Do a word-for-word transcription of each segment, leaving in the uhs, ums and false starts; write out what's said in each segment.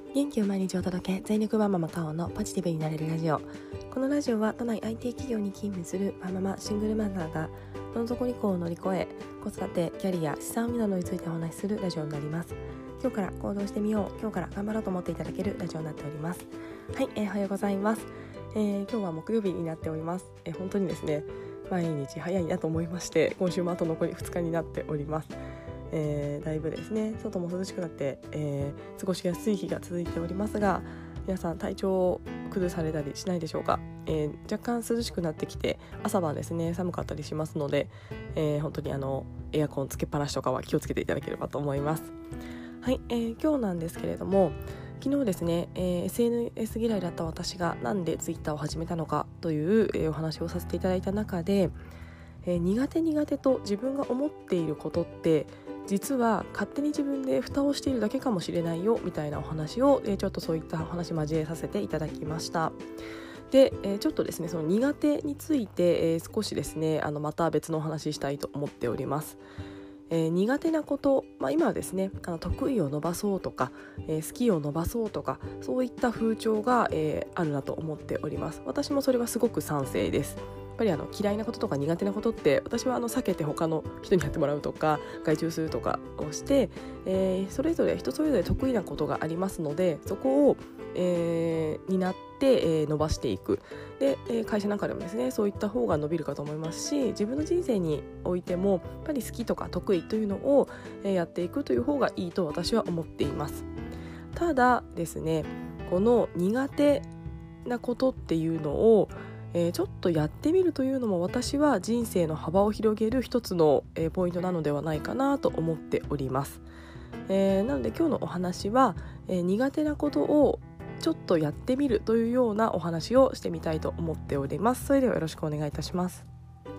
元気を毎日お届け、全力ワンママカオのポジティブになれるラジオ。このラジオは都内 アイティー 企業に勤務するワンママシングルマザーがどん底離婚を乗り越え、子育て、キャリア、資産運などについてお話しするラジオになります。今日から行動してみよう、今日から頑張ろうと思っていただけるラジオになっております。はい、えー、おはようございます。えー、今日は木曜日になっております。えー、本当にですね、毎日早いなと思いまして、今週もあと残りふつかになっております。えー、だいぶですね、外も涼しくなって、えー、過ごしやすい日が続いておりますが、皆さん体調を崩されたりしないでしょうか。えー、若干涼しくなってきて、朝晩ですね寒かったりしますので、えー、本当にあのエアコンつけっぱなしとかは気をつけていただければと思います。はい、えー、今日なんですけれども、昨日ですね、えー、エスエヌエス 嫌いだった私がなんでツイッターを始めたのかという、えー、お話をさせていただいた中で、えー、苦手苦手と自分が思っていることって実は勝手に自分で蓋をしているだけかもしれないよみたいなお話を、えー、ちょっとそういったお話交えさせていただきました。で、えー、ちょっとですねその苦手について、えー、少しですねあのまた別のお話ししたいと思っております。えー、苦手なこと、まあ、今はですねあの得意を伸ばそうとか、えー、好きを伸ばそうとかそういった風潮が、えー、あるなと思っております。私もそれはすごく賛成です。やっぱりあの嫌いなこととか苦手なことって私はあの避けて他の人にやってもらうとか外注するとかをして、えー、それぞれ人それぞれ得意なことがありますのでそこを、えー、担って、えー、伸ばしていくで、えー、会社なんかでもですねそういった方が伸びるかと思いますし自分の人生においてもやっぱり好きとか得意というのを、えー、やっていくという方がいいと私は思っています。ただですねこの苦手なことっていうのをえー、ちょっとやってみるというのも私は人生の幅を広げる一つの、えー、ポイントなのではないかなと思っております。えー、なので今日のお話は、えー、苦手なことをちょっとやってみるというようなお話をしてみたいと思っております。それではよろしくお願いいたします。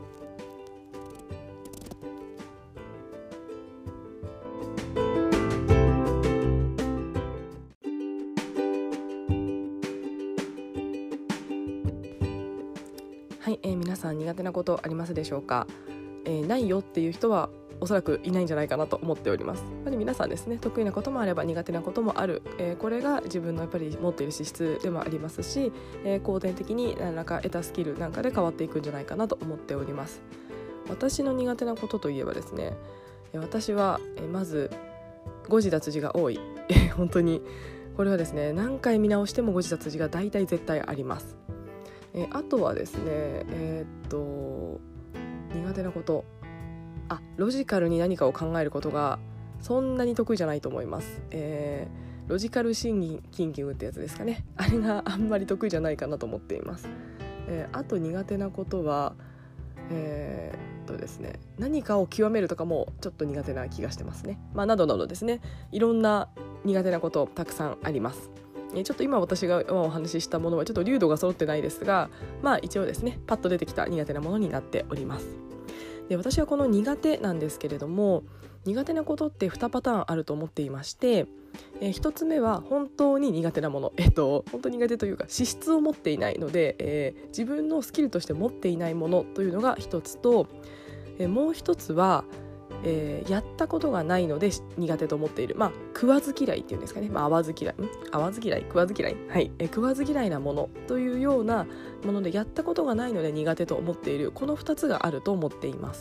はい、えー、皆さん苦手なことありますでしょうか。えー、ないよっていう人はおそらくいないんじゃないかなと思っております。やっぱり皆さんですね得意なこともあれば苦手なこともある、えー、これが自分のやっぱり持っている資質でもありますし、えー、後天的に何らか得たスキルなんかで変わっていくんじゃないかなと思っております。私の苦手なことといえばですね私は、えー、まず誤字脱字が多い本当にこれはですね何回見直しても誤字脱字が大体絶対あります。えー、あとはですねえー、っと苦手なことあロジカルに何かを考えることがそんなに得意じゃないと思います。えー、ロジカルシンキングってやつですかね。あれがあんまり得意じゃないかなと思っています。えー、あと苦手なことはえー、っとですね何かを極めるとかもちょっと苦手な気がしてますね。まあなどなどですねいろんな苦手なことたくさんあります。ちょっと今私がお話ししたものはちょっと流度が揃ってないですがまあ一応ですねパッと出てきた苦手なものになっております。で私はこの苦手なんですけれども苦手なことってにパターンあると思っていまして、えー、ひとつめは本当に苦手なもの、えっと、本当に苦手というか資質を持っていないので、えー、自分のスキルとして持っていないものというのがひとつと、えー、もうひとつはえー、やったことがないので苦手と思っている、まあ食わず嫌いっていうんですかね、まあ合わず嫌いん合わず嫌い食わず嫌いはい、えー、食わず嫌いなものというようなものでやったことがないので苦手と思っているこのふたつがあると思っています。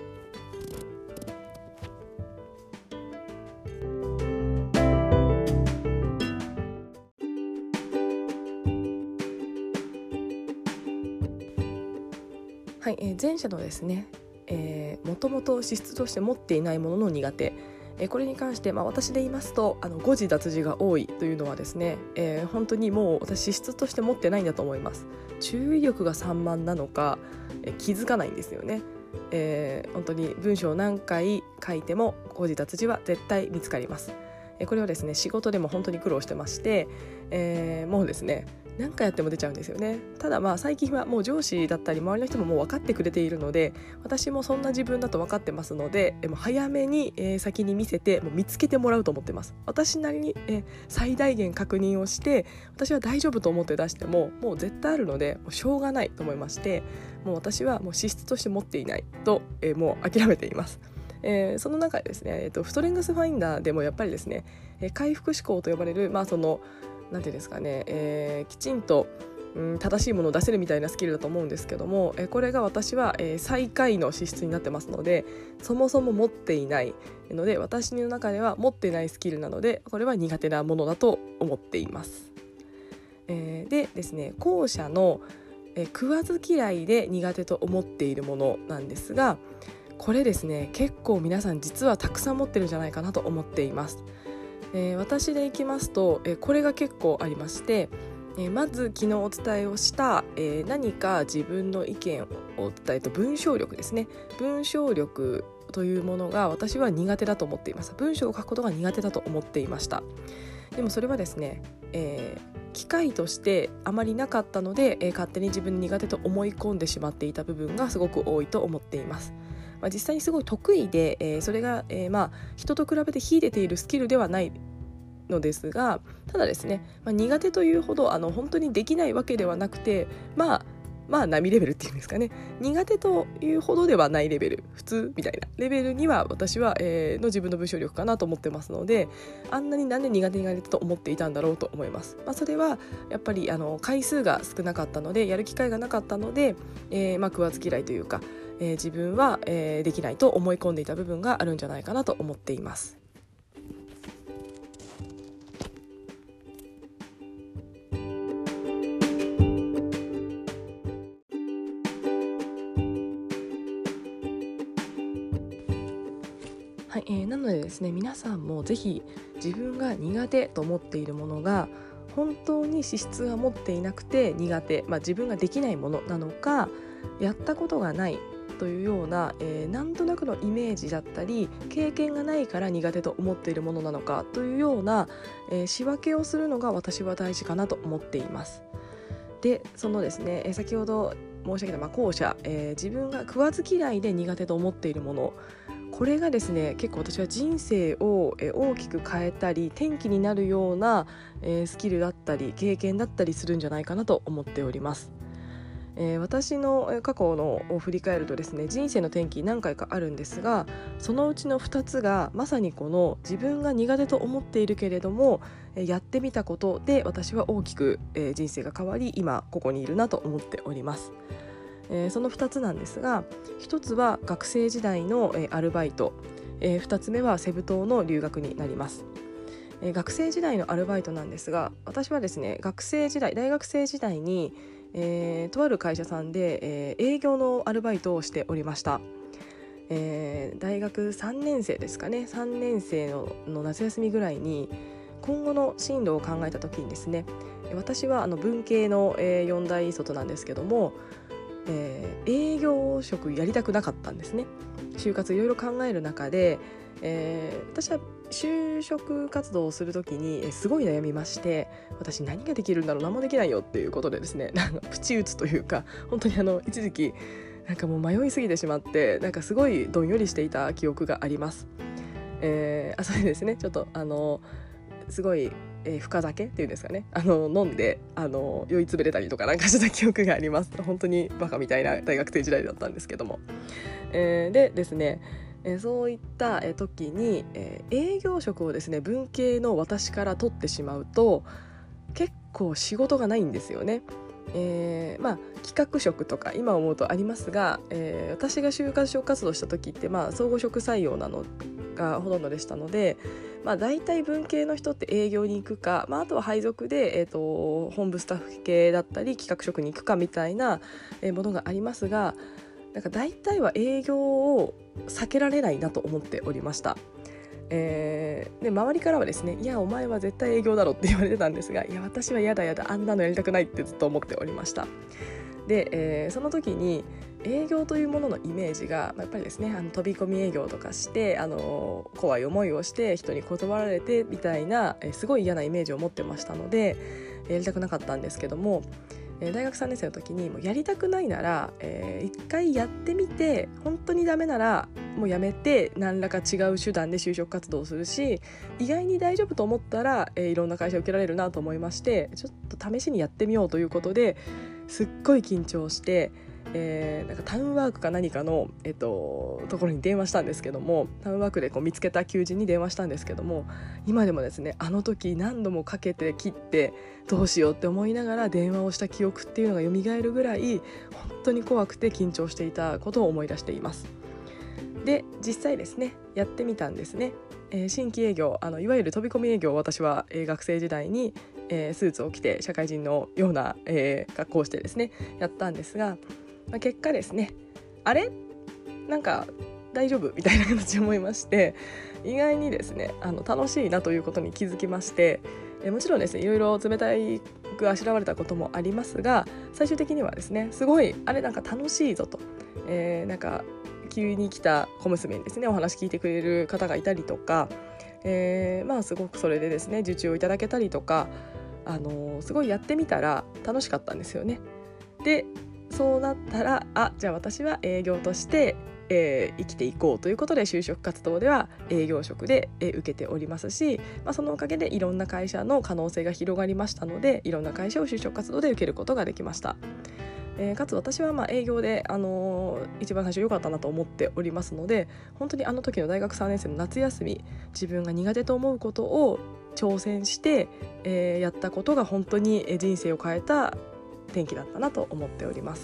はい、えー、前者のですねえー、もともと資質として持っていないものの苦手、えー、これに関して、まあ、私で言いますとあの誤字脱字が多いというのはですね、えー、本当にもう私資質として持ってないんだと思います。注意力が散漫なのか、えー、気づかないんですよね。えー、本当に文章を何回書いても誤字脱字は絶対見つかります。えー、これはですね仕事でも本当に苦労してまして、えー、もうですね何回やっても出ちゃうんですよね。ただまあ最近はもう上司だったり周りの人ももう分かってくれているので私もそんな自分だと分かってますのでもう早めに、えー、先に見せてもう見つけてもらうと思ってます。私なりに、えー、最大限確認をして私は大丈夫と思って出してももう絶対あるのでもうしょうがないと思いましてもう私はもう資質として持っていないと、えー、もう諦めています。 えー、その中でですね、えーと、ストレングスファインダーでもやっぱりですね、えー、回復思考と呼ばれる、まあそのなんていうんですかね、えー、きちんと、うん、正しいものを出せるみたいなスキルだと思うんですけども、えー、これが私は、えー、最下位の資質になってますので、そもそも持っていないので、私の中では持っていないスキルなので、これは苦手なものだと思っています。えー、でですね、後者の、えー、食わず嫌いで苦手と思っているものなんですが、これですね、結構皆さん実はたくさん持ってるんじゃないかなと思っています。えー、私でいきますと、えー、これが結構ありまして、えー、まず昨日お伝えをした、えー、何か自分の意見を伝えた文章力ですね。文章力というものが私は苦手だと思っています。文章を書くことが苦手だと思っていました。でもそれはですね、えー、機会としてあまりなかったので、えー、勝手に自分苦手と思い込んでしまっていた部分がすごく多いと思っています。まあ、実際にすごい得意で、えー、それが、えーまあ、人と比べて秀でているスキルではないのですが、ただですね、まあ、苦手というほどあの本当にできないわけではなくて、まあまあ並レベルっていうんですかね、苦手というほどではないレベル、普通みたいなレベルには私は、えー、の自分の文章力かなと思ってますので、あんなになんで苦手苦手と思っていたんだろうと思います。まあ、それはやっぱりあの回数が少なかったので、やる機会がなかったので、えーまあ、食わず嫌いというか、えー、自分は、えー、できないと思い込んでいた部分があるんじゃないかなと思っています。はい、えー、なのでですね、皆さんもぜひ自分が苦手と思っているものが本当に資質が持っていなくて苦手、まあ、自分ができないものなのか、やったことがないというような、えー、なんとなくのイメージだったり経験がないから苦手と思っているものなのかというような、えー、仕分けをするのが私は大事かなと思っています。で、そのですね、えー、先ほど申し上げた、まあ、後者、えー、自分が食わず嫌いで苦手と思っているもの、これがですね、結構私は人生を大きく変えたり転機になるようなスキルだったり経験だったりするんじゃないかなと思っております。えー、私の過去のを振り返るとですね、人生の転機何回かあるんですが、そのうちのふたつがまさにこの自分が苦手と思っているけれどもやってみたことで私は大きく人生が変わり、今ここにいるなと思っております。えー、そのふたつなんですが、ひとつは学生時代の、えー、アルバイト、えー、ふたつめはセブ島の留学になります。えー、学生時代のアルバイトなんですが、私はですね、学生時代大学生時代に、えー、とある会社さんで、えー、営業のアルバイトをしておりました。えー、大学さんねん生ですかね、さんねん生 の, の夏休みぐらいに今後の進路を考えた時にですね、私はあの文系の、えー、よん大卒なんですけども、えー、営業職やりたくなかったんですね。就活いろいろ考える中で、えー、私は就職活動をするときに、えー、すごい悩みまして、私何ができるんだろう、何もできないよっていうことでですね、なんかプチ打つというか、本当にあの一時期なんかもう迷いすぎてしまって、なんかすごいどんよりしていた記憶があります。えー、あそれですね、ちょっとあのすごいえー、深酒っていうんですかね、あの飲んであの酔いつぶれたりとかなんかした記憶があります。本当にバカみたいな大学生時代だったんですけども、えー、でですね、えー、そういった、えー、時に、えー、営業職をですね文系の私から取ってしまうと結構仕事がないんですよね。えーまあ、企画職とか今思うとありますが、えー、私が就活活動した時って、まあ、総合職採用なのがほとんどでしたので、まあ、大体文系の人って営業に行くか、まあ、あとは配属で、えーと、本部スタッフ系だったり企画職に行くかみたいなものがありますが、なんか大体は営業を避けられないなと思っておりました。えー、で周りからはですね、いやお前は絶対営業だろって言われてたんですが、いや私はやだやだ、あんなのやりたくないってずっと思っておりました。で、えー、その時に営業というもののイメージがやっぱりですね、あの飛び込み営業とかしてあの怖い思いをして人に断られてみたいな、えー、すごい嫌なイメージを持ってましたのでやりたくなかったんですけども、えー、大学さんねん生の時にもうやりたくないなら、えー、一回やってみて本当にダメならもうやめて何らか違う手段で就職活動をするし、意外に大丈夫と思ったら、えー、いろんな会社を受けられるなと思いまして、ちょっと試しにやってみようということですっごい緊張して、 えー、なんかタウンワークか何かの、えっと、ところに電話したんですけども、タウンワークでこう見つけた求人に電話したんですけども、今でもですね、あの時何度もかけて切ってどうしようって思いながら電話をした記憶っていうのが蘇るぐらい本当に怖くて緊張していたことを思い出しています。で、実際ですね、やってみたんですね。えー、新規営業、あのいわゆる飛び込み営業を私は、えー、学生時代に、えー、スーツを着て社会人のような、えー、格好をしてですねやったんですが、まあ、結果ですね、あれなんか大丈夫みたいな形で思いまして、意外にですねあの楽しいなということに気づきまして、えー、もちろんですねいろいろ冷たくあしらわれたこともありますが、最終的にはですねすごいあれなんか楽しいぞと、えー、なんか急に来た小娘にですねお話聞いてくれる方がいたりとか、えー、まあすごくそれでですね受注をいただけたりとか、あのー、すごいやってみたら楽しかったんですよね。で、そうなったら、あ、じゃあ私は営業として、えー、生きていこうということで就職活動では営業職で、えー、受けておりますし、まあ、そのおかげでいろんな会社の可能性が広がりましたので、いろんな会社を就職活動で受けることができました。えー、かつ私はまあ営業で、あのー、一番最初良かったなと思っておりますので、本当にあの時の大学さんねん生の夏休み、自分が苦手と思うことを挑戦して、えー、やったことが本当に人生を変えた転機だったなと思っております。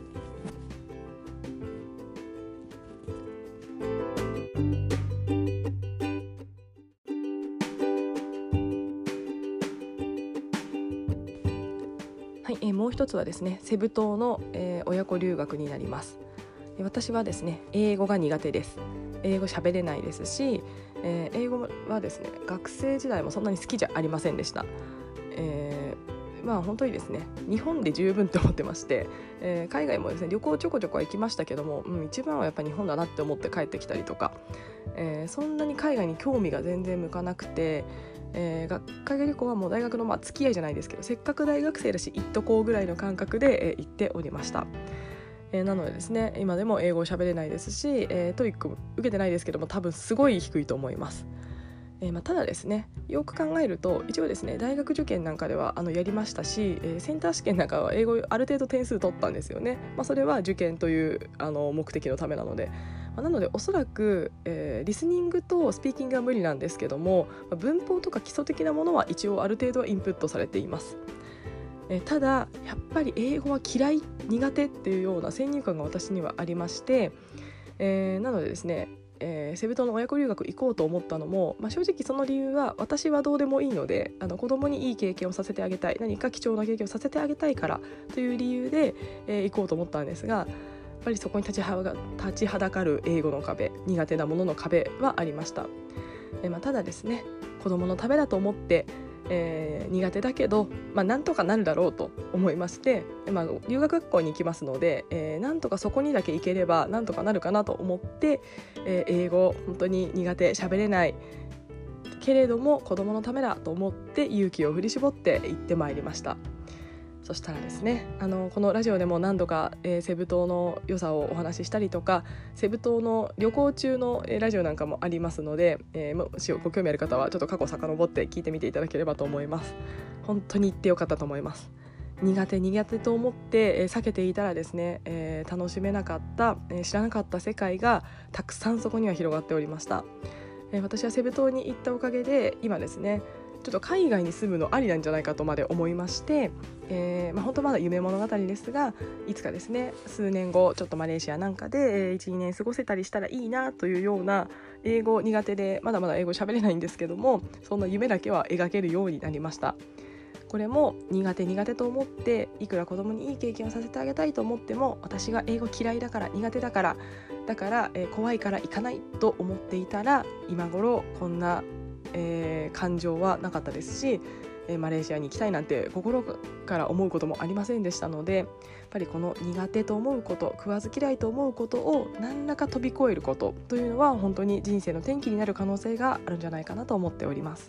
はい、えー、もう一つはですね、セブ島の、えー、親子留学になります。私はですね英語が苦手です。英語喋れないですし、えー、英語はですね学生時代もそんなに好きじゃありませんでした。えー、まあ本当にですね日本で十分って思ってまして、えー、海外もですね旅行ちょこちょこは行きましたけども、うん、一番はやっぱ日本だなって思って帰ってきたりとか、えー、そんなに海外に興味が全然向かなくて、えー、海外旅行はもう大学のまあ付き合いじゃないですけど、せっかく大学生だし行っとこうぐらいの感覚で、えー、行っておりました。えー、なのでですね今でも英語を喋れないですし、えー、トイック受けてないですけども多分すごい低いと思います。えーまあ、ただですねよく考えると一応ですね大学受験なんかではあのやりましたし、えー、センター試験なんかは英語ある程度点数取ったんですよね。まあ、それは受験というあの目的のためなので、まあ、なのでおそらく、えー、リスニングとスピーキングは無理なんですけども、まあ、文法とか基礎的なものは一応ある程度はインプットされています。えただやっぱり英語は嫌い苦手っていうような先入観が私にはありまして、えー、なのでですね、えー、セブ島の親子留学行こうと思ったのも、まあ、正直その理由は私はどうでもいいので、あの子供にいい経験をさせてあげたい、何か貴重な経験をさせてあげたいからという理由で、えー、行こうと思ったんですが、やっぱりそこに立ちはが立ちはだかる英語の壁、苦手なものの壁はありました。えーまあ、ただですね子供のためだと思ってえー、苦手だけど、まあ、なんとかなるだろうと思いまして、まあ、留学学校に行きますので、えー、なんとかそこにだけ行ければなんとかなるかなと思って、えー、英語本当に苦手喋れないけれども子供のためだと思って勇気を振り絞って行ってまいりました。そしたらですねあのこのラジオでも何度か、えー、セブ島の良さをお話ししたりとか、セブ島の旅行中の、えー、ラジオなんかもありますので、えー、もしご興味ある方はちょっと過去遡って聞いてみていただければと思います。本当に行ってよかったと思います。苦手苦手と思って、えー、避けていたらですね、えー、楽しめなかった、えー、知らなかった世界がたくさんそこには広がっておりました。えー、私はセブ島に行ったおかげで今ですねちょっと海外に住むのありなんじゃないかとまで思いまして、えーまあ、本当まだ夢物語ですが、いつかですね数年後ちょっとマレーシアなんかで いち,に 年過ごせたりしたらいいなというような、英語苦手でまだまだ英語喋れないんですけども、そんな夢だけは描けるようになりました。これも苦手苦手と思って、いくら子供にいい経験をさせてあげたいと思っても、私が英語嫌いだから苦手だからだから、えー、怖いから行かないと思っていたら今頃こんなえー、感情はなかったですし、えー、マレーシアに行きたいなんて心から思うこともありませんでしたので、やっぱりこの苦手と思うこと、食わず嫌いと思うことを何らか飛び越えることというのは本当に人生の転機になる可能性があるんじゃないかなと思っております。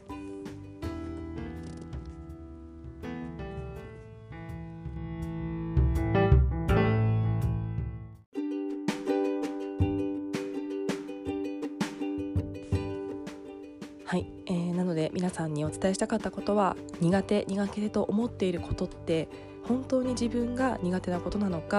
はい、えー、なので皆さんにお伝えしたかったことは、苦手苦手と思っていることって本当に自分が苦手なことなのか、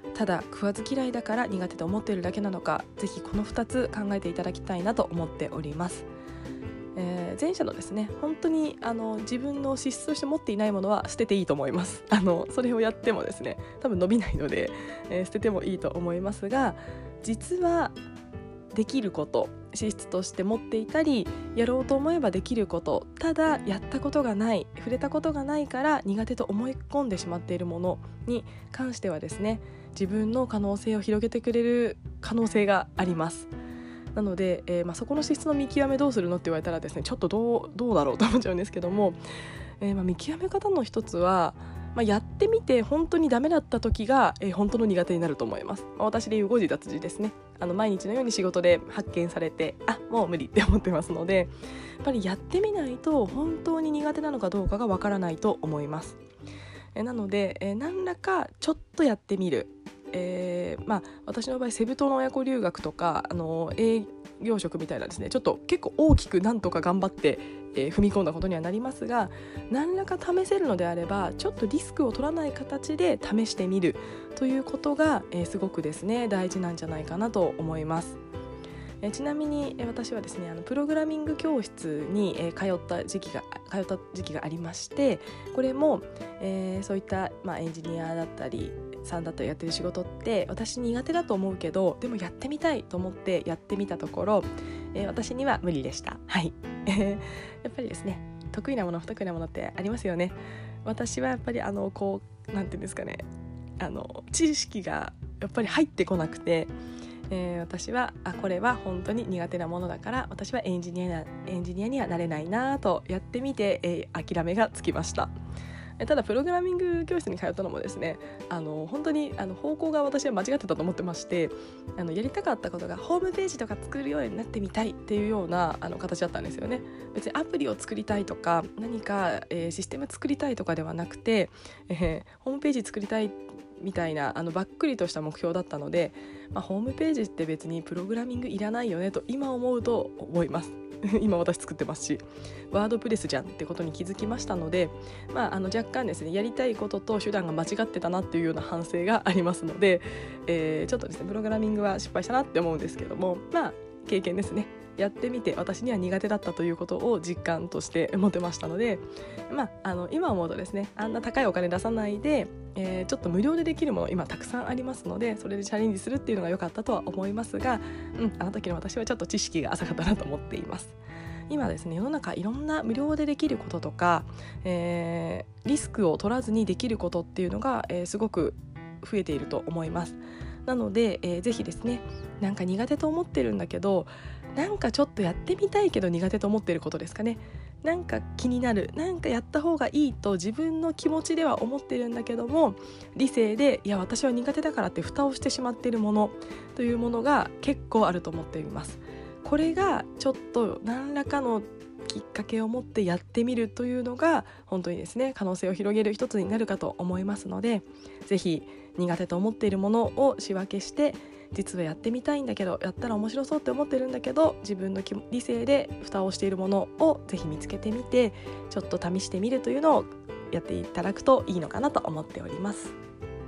ただ食わず嫌いだから苦手と思っているだけなのか、ぜひこのふたつ考えていただきたいなと思っております。えー、前者のですね、本当にあの自分の資質として持っていないものは捨てていいと思います。あのそれをやってもですね、多分伸びないので、えー、捨ててもいいと思いますが、実はできること、資質として持っていたり、やろうと思えばできること、ただやったことがない、触れたことがないから苦手と思い込んでしまっているものに関してはですね、自分の可能性を広げてくれる可能性があります。なので、えーまあ、そこの資質の見極めどうするのって言われたらですね、ちょっとどう、どうだろうと思っちゃうんですけども、えーまあ、見極め方の一つは、まあ、やってみて本当にダメだった時が、えー、本当の苦手になると思います。まあ、私でいう誤字脱字ですね。あの毎日のように仕事で発見されて、あ、もう無理って思ってますので、やっぱりやってみないと本当に苦手なのかどうかがわからないと思います。えー、なので、えー、何らかちょっとやってみる、えーまあ、私の場合セブ島の親子留学とか、あの営業職みたいなですね、ちょっと結構大きくなんとか頑張って、えー、踏み込んだことにはなりますが、何らか試せるのであればちょっとリスクを取らない形で試してみるということが、えー、すごくですね大事なんじゃないかなと思います。えちなみに私はですね、あのプログラミング教室に、えー、通った時期が通った時期がありまして、これも、えー、そういった、まあ、エンジニアだったりさんだったりやってる仕事って私苦手だと思うけど、でもやってみたいと思ってやってみたところ、えー、私には無理でした。はいやっぱりですね、得意なもの不得意なものってありますよね。私はやっぱりあのこうなんていうんですかね、あの知識がやっぱり入ってこなくて、えー、私はあこれは本当に苦手なものだから私はエンジニアなエンジニアにはなれないなとやってみて、えー、諦めがつきました。ただプログラミング教室に通ったのもですね、あの本当にあの方向が私は間違ってたと思ってまして、あのやりたかったことがホームページとか作るようになってみたいっていうようなあの形だったんですよね。別にアプリを作りたいとか何か、えー、システム作りたいとかではなくて、えー、ホームページ作りたいみたいなあのばっくりとした目標だったので、まあ、ホームページって別にプログラミングいらないよねと今思うと思います。今私作ってますし、ワードプレスじゃんってことに気づきましたので、まあ、あの若干ですねやりたいことと手段が間違ってたなっていうような反省がありますので、えー、ちょっとですねプログラミングは失敗したなって思うんですけども、まあ経験ですね。やってみて私には苦手だったということを実感として持てましたので、まあ、あの今思うとですね、あんな高いお金出さないで、えー、ちょっと無料でできるもの今たくさんありますので、それでチャレンジするっていうのが良かったとは思いますが、うん、あの時の私はちょっと知識が浅かったなと思っています。今ですね、世の中いろんな無料でできることとか、えー、リスクを取らずにできることっていうのが、えー、すごく増えていると思います。なので、えー、ぜひですね、なんか苦手と思ってるんだけど、なんかちょっとやってみたいけど苦手と思ってることですかね。なんか気になる、なんかやった方がいいと自分の気持ちでは思ってるんだけども、理性でいや私は苦手だからって蓋をしてしまっているものというものが結構あると思っています。これがちょっと何らかのきっかけを持ってやってみるというのが本当にですね可能性を広げる一つになるかと思いますので、ぜひ苦手と思っているものを仕分けして、実はやってみたいんだけどやったら面白そうって思ってるんだけど自分の理性で蓋をしているものをぜひ見つけてみて、ちょっと試してみるというのをやっていただくといいのかなと思っております。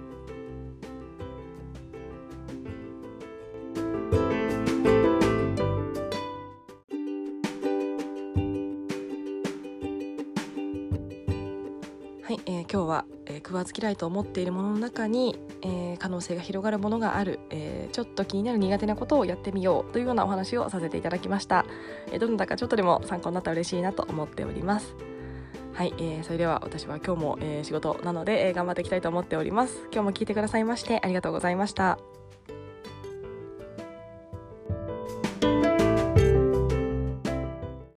はい、えー、今日は、えー、食わず嫌いと思っているものの中に、えー、可能性が広がるものがある、えー、ちょっと気になる苦手なことをやってみようというようなお話をさせていただきました。えー、どなたかちょっとでも参考になったら嬉しいなと思っております。はい、えー、それでは私は今日も、えー、仕事なので、えー、頑張っていきたいと思っております。今日も聞いてくださいましてありがとうございました。